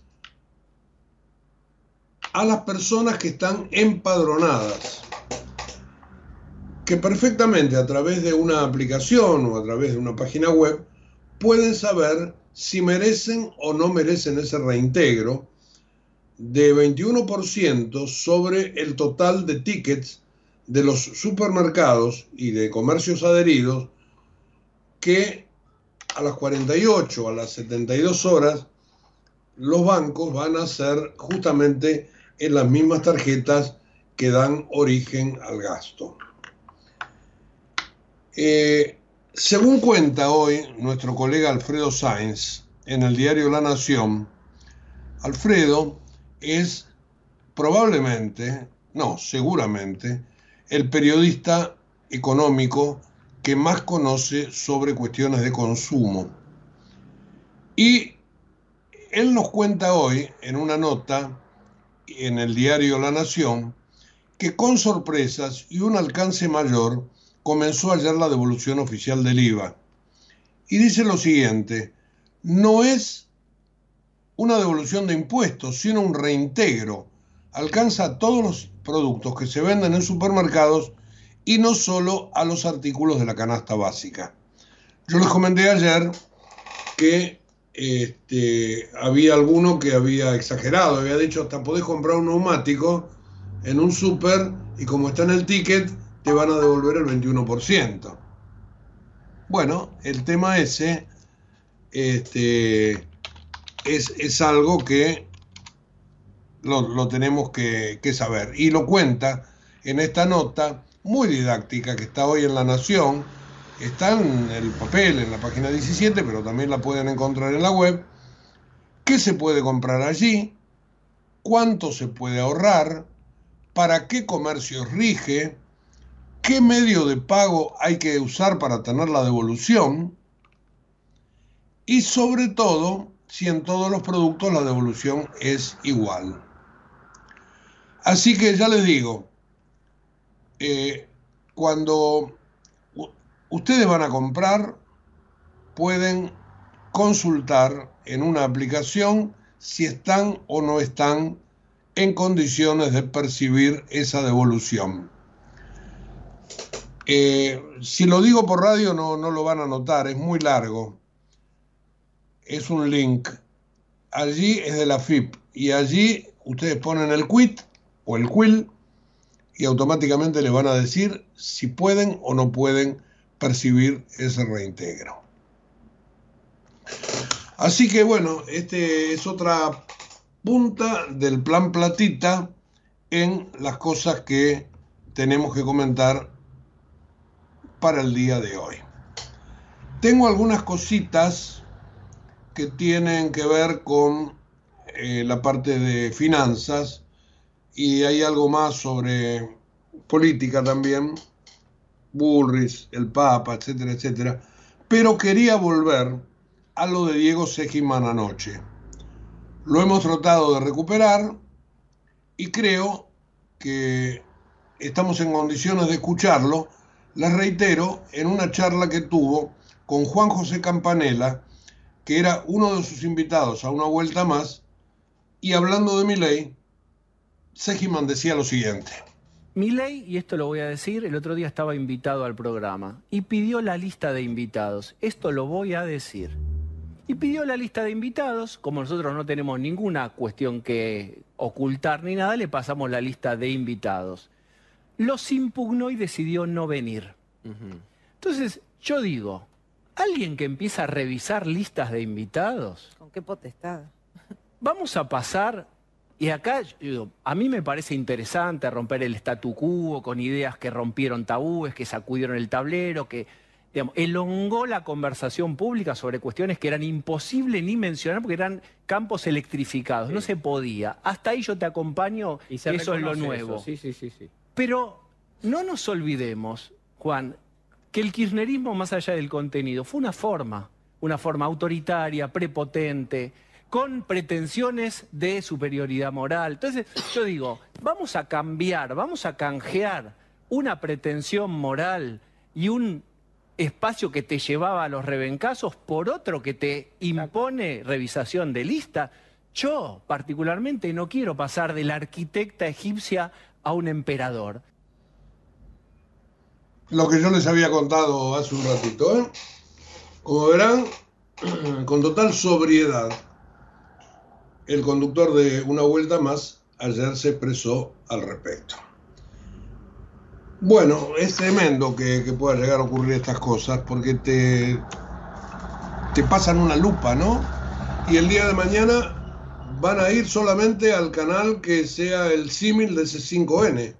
a las personas que están empadronadas, que perfectamente a través de una aplicación o a través de una página web pueden saber si merecen o no merecen ese reintegro de veintiuno por ciento sobre el total de tickets de los supermercados y de comercios adheridos, que a las cuarenta y ocho, a las setenta y dos horas, los bancos van a hacer justamente en las mismas tarjetas que dan origen al gasto. Eh, según cuenta hoy nuestro colega Alfredo Sáenz en el diario La Nación, Alfredo es probablemente, no, seguramente, el periodista económico que más conoce sobre cuestiones de consumo. Y él nos cuenta hoy en una nota en el diario La Nación que con sorpresas y un alcance mayor comenzó ayer la devolución oficial del I V A. Y dice lo siguiente: no es una devolución de impuestos, sino un reintegro. Alcanza a todos los productos que se venden en supermercados y no solo a los artículos de la canasta básica. Yo les comenté ayer que este, había alguno que había exagerado, había dicho hasta podés comprar un neumático en un súper y como está en el ticket te van a devolver el veintiuno por ciento. Bueno, el tema ese este, es, es algo que lo, lo tenemos que, que saber. Y lo cuenta en esta nota muy didáctica que está hoy en La Nación. Está en el papel, en la página diecisiete, pero también la pueden encontrar en la web. ¿Qué se puede comprar allí? ¿Cuánto se puede ahorrar? ¿Para qué comercios rige? ¿Qué medio de pago hay que usar para tener la devolución? Y sobre todo, si en todos los productos la devolución es igual. Así que ya les digo, eh, cuando ustedes van a comprar, pueden consultar en una aplicación si están o no están en condiciones de percibir esa devolución. Eh, si lo digo por radio no, no lo van a notar, es muy largo. Es un link. Allí es de la F I P y allí ustedes ponen el quit o el quill y automáticamente les van a decir si pueden o no pueden percibir ese reintegro. Así que bueno, este es otra punta del Plan Platita en las cosas que tenemos que comentar para el día de hoy. Tengo algunas cositas que tienen que ver con eh, la parte de finanzas y hay algo más sobre política también, Bullrich, el Papa, etcétera, etcétera. Pero quería volver a lo de Diego Seligman anoche, Lo hemos tratado de recuperar y creo que estamos en condiciones de escucharlo. Les reitero, en una charla que tuvo con Juan José Campanella, que era uno de sus invitados a Una Vuelta Más, y hablando de Milei, Seligman decía lo siguiente. Milei, y esto lo voy a decir, el otro día estaba invitado al programa y pidió la lista de invitados. Esto lo voy a decir. Y pidió la lista de invitados. Como nosotros no tenemos ninguna cuestión que ocultar ni nada, le pasamos la lista de invitados. Los impugnó y decidió no venir. Uh-huh. Entonces, yo digo, ¿alguien que empieza a revisar listas de invitados? ¿Con qué potestad? Vamos a pasar... Y acá, digo, a mí me parece interesante romper el statu quo con ideas que rompieron tabúes, que sacudieron el tablero, que, digamos, elongó la conversación pública sobre cuestiones que eran imposibles ni mencionar porque eran campos electrificados, sí. No se podía. Hasta ahí yo te acompaño, y que eso es lo nuevo. Eso. Sí, sí, sí, sí. Pero no nos olvidemos, Juan, que el kirchnerismo, más allá del contenido, fue una forma, una forma autoritaria, prepotente, con pretensiones de superioridad moral. Entonces, yo digo, vamos a cambiar, vamos a canjear una pretensión moral y un espacio que te llevaba a los rebencazos por otro que te impone revisación de lista. Yo, particularmente, no quiero pasar de la arquitecta egipcia a un emperador. Lo que yo les había contado hace un ratito, ¿eh? Como verán, con total sobriedad, el conductor de Una Vuelta Más ayer se expresó al respecto. Bueno, es tremendo que, que pueda llegar a ocurrir estas cosas porque te, te pasan una lupa, ¿no? Y el día de mañana van a ir solamente al canal que sea el símil de C cinco N.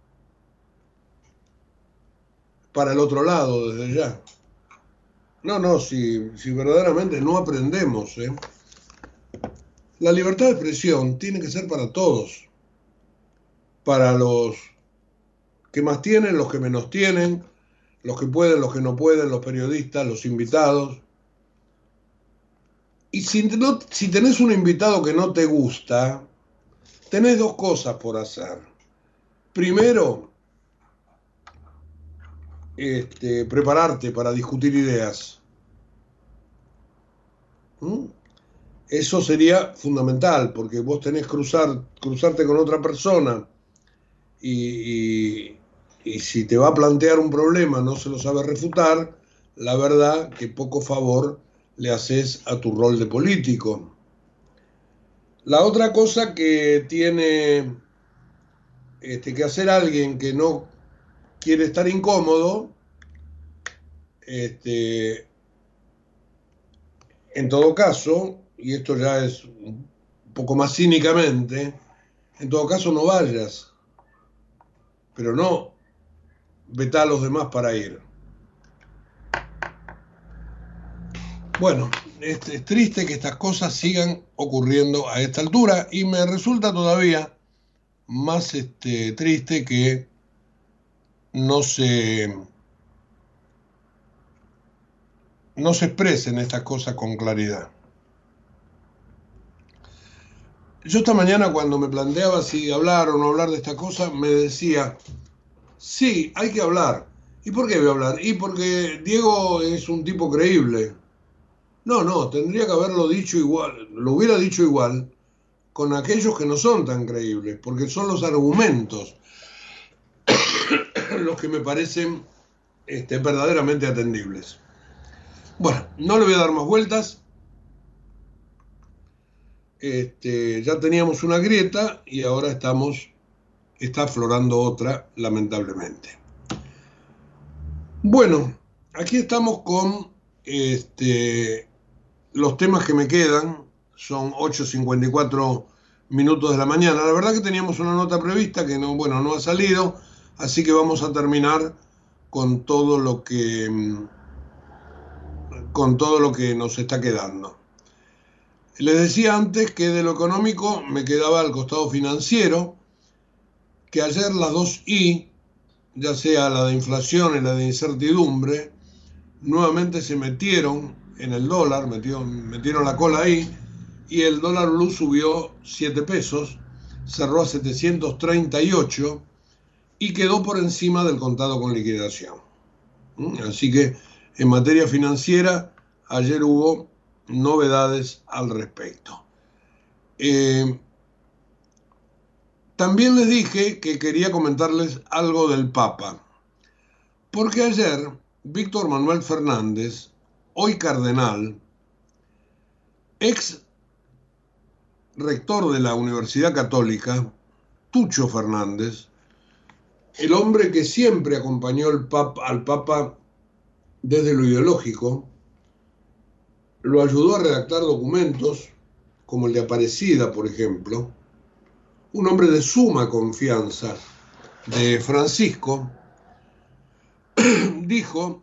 Para el otro lado, desde ya. No, no, si, si verdaderamente no aprendemos, ¿eh? La libertad de expresión tiene que ser para todos, para los que más tienen, los que menos tienen, los que pueden, los que no pueden, los periodistas, los invitados. Y si, no, si tenés un invitado que no te gusta, tenés dos cosas por hacer. Primero, este, prepararte para discutir ideas. ¿Mm? Eso sería fundamental, porque vos tenés que cruzar, cruzarte con otra persona y, y, y si te va a plantear un problema, no se lo sabe refutar, la verdad que poco favor le haces a tu rol de político. La otra cosa que tiene este, que hacer alguien que no quiere estar incómodo, este, en todo caso, y esto ya es un poco más cínicamente, en todo caso no vayas, pero no vetá a los demás para ir. Bueno, es, es triste que estas cosas sigan ocurriendo a esta altura y me resulta todavía más este, triste que no se, no se expresen estas cosas con claridad. Yo esta mañana cuando me planteaba si hablar o no hablar de esta cosa, me decía, sí, hay que hablar. ¿Y por qué voy a hablar? Y porque Diego es un tipo creíble. No, no, tendría que haberlo dicho igual, lo hubiera dicho igual con aquellos que no son tan creíbles, porque son los argumentos los que me parecen este, verdaderamente atendibles. Bueno, no le voy a dar más vueltas. Este, ya teníamos una grieta y ahora estamos, está aflorando otra, lamentablemente. Bueno, aquí estamos con este, los temas que me quedan, son ocho cincuenta y cuatro minutos de la mañana. La verdad que teníamos una nota prevista que no, bueno, no ha salido, así que vamos a terminar con todo lo que, con todo lo que nos está quedando. Les decía antes que de lo económico me quedaba al costado financiero, que ayer las dos I, ya sea la de inflación y la de incertidumbre, nuevamente se metieron en el dólar, metieron, metieron la cola ahí, y el dólar blue subió siete pesos, cerró a setecientos treinta y ocho y quedó por encima del contado con liquidación. Así que en materia financiera ayer hubo novedades al respecto. Eh, también les dije que quería comentarles algo del Papa, porque ayer Víctor Manuel Fernández, hoy cardenal, ex rector de la Universidad Católica, Tucho Fernández, el hombre que siempre acompañó al Papa, al Papa desde lo ideológico, lo ayudó a redactar documentos, como el de Aparecida, por ejemplo, un hombre de suma confianza de Francisco, dijo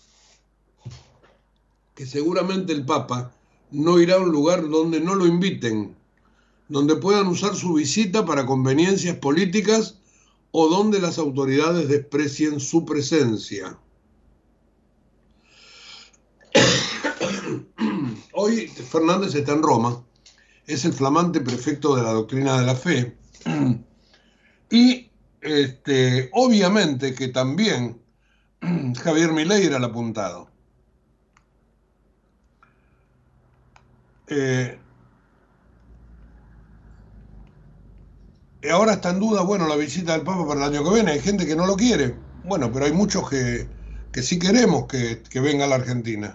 que seguramente el Papa no irá a un lugar donde no lo inviten, donde puedan usar su visita para conveniencias políticas o donde las autoridades desprecien su presencia. Hoy Fernández está en Roma, es el flamante prefecto de la doctrina de la fe, y este, obviamente que también Javier Milei era el apuntado. Eh, ahora está en duda, bueno, la visita del Papa para el año que viene. Hay gente que no lo quiere. Bueno, pero hay muchos que, que sí queremos que, que venga a la Argentina.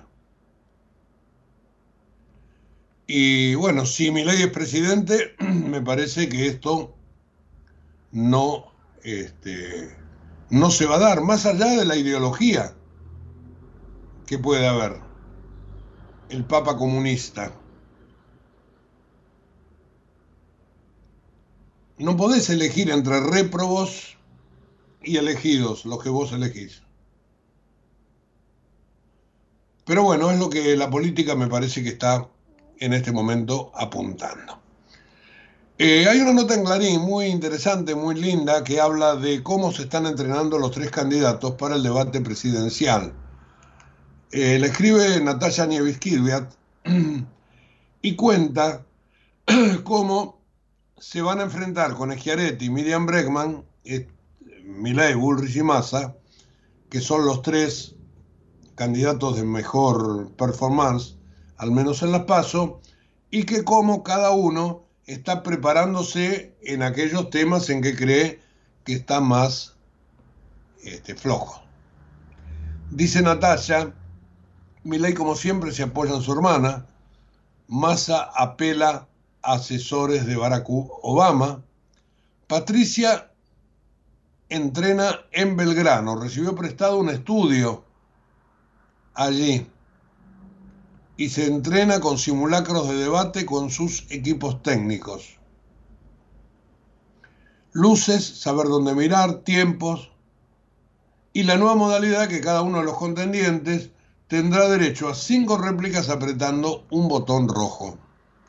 Y bueno, si Milei es presidente, me parece que esto no, este, no se va a dar, más allá de la ideología que puede haber. El Papa comunista. No podés elegir entre réprobos y elegidos, los que vos elegís. Pero bueno, es lo que la política me parece que está en este momento apuntando. Eh, hay una nota en Clarín muy interesante, muy linda, que habla de cómo se están entrenando los tres candidatos para el debate presidencial. Eh, la escribe Natalia Nieves-Kirviat y cuenta cómo se van a enfrentar con Schiaretti, Miriam Bregman, eh, Milei, Bullrich y Massa, que son los tres candidatos de mejor performance, al menos en las PASO, y que como cada uno está preparándose en aquellos temas en que cree que está más este, flojo. Dice Natalia, Milei como siempre se apoya en su hermana, Massa apela a asesores de Barack Obama, Patricia entrena en Belgrano, recibió prestado un estudio allí y se entrena con simulacros de debate con sus equipos técnicos. Luces, saber dónde mirar, tiempos y la nueva modalidad que cada uno de los contendientes tendrá derecho a cinco réplicas apretando un botón rojo.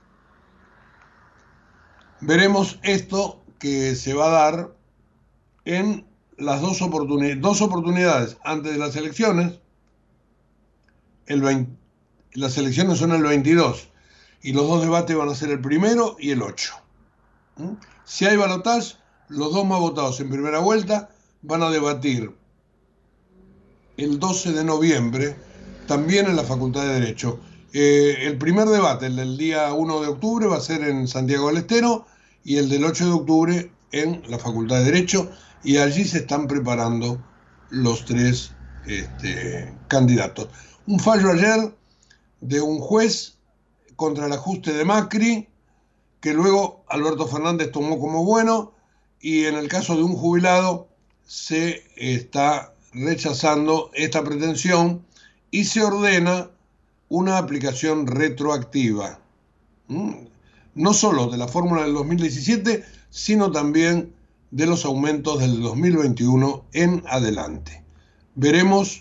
Veremos esto que se va a dar en las dos, oportuni- dos oportunidades antes de las elecciones. El veinte, las elecciones son el veintidós y los dos debates van a ser el primero y el ocho. ¿Mm? Si hay balotaje, los dos más votados en primera vuelta van a debatir el doce de noviembre, también en la Facultad de Derecho. Eh, el primer debate, el del día uno de octubre, va a ser en Santiago del Estero y el del ocho de octubre en la Facultad de Derecho, y allí se están preparando los tres este, candidatos. Un fallo ayer de un juez contra el ajuste de Macri, que luego Alberto Fernández tomó como bueno, y en el caso de un jubilado se está rechazando esta pretensión y se ordena una aplicación retroactiva, ¿Mm? no solo de la fórmula del dos mil diecisiete, sino también de los aumentos del dos mil veintiuno en adelante. Veremos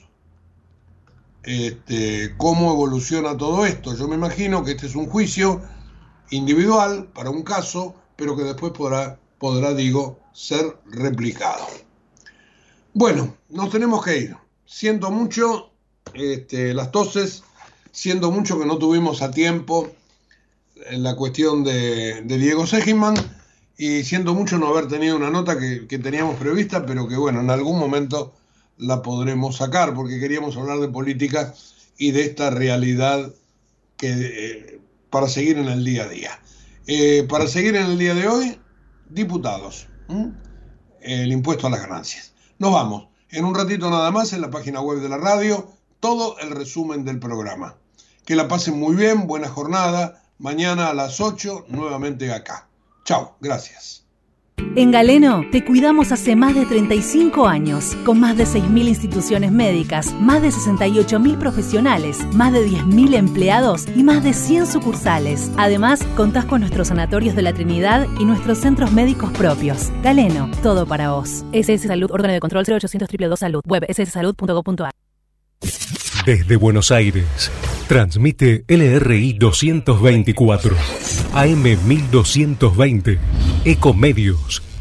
este, cómo evoluciona todo esto. Yo me imagino que este es un juicio individual para un caso, pero que después podrá, podrá digo, ser replicado. Bueno, nos tenemos que ir. Siento mucho este, las toses, siento mucho que no tuvimos a tiempo la cuestión de, de Diego Seligman, y siento mucho no haber tenido una nota que, que teníamos prevista, pero que bueno, en algún momento la podremos sacar, porque queríamos hablar de política y de esta realidad que eh, para seguir en el día a día. Eh, para seguir en el día de hoy, diputados, ¿m? el impuesto a las ganancias. Nos vamos. En un ratito nada más, en la página web de la radio, todo el resumen del programa. Que la pasen muy bien, buena jornada. Mañana a las ocho, nuevamente acá. Chao, gracias. En Galeno te cuidamos hace más de treinta y cinco años, con más de seis mil instituciones médicas, más de sesenta y ocho mil profesionales, más de diez mil empleados y más de cien sucursales. Además, contás con nuestros sanatorios de la Trinidad y nuestros centros médicos propios. Galeno, todo para vos. S S Salud, órgano de control cero ochocientos dos dos dos Salud, web s s salud punto gov punto a r. Desde Buenos Aires, transmite L R I doscientos veinticuatro, A M mil doscientos veinte, Ecomedios.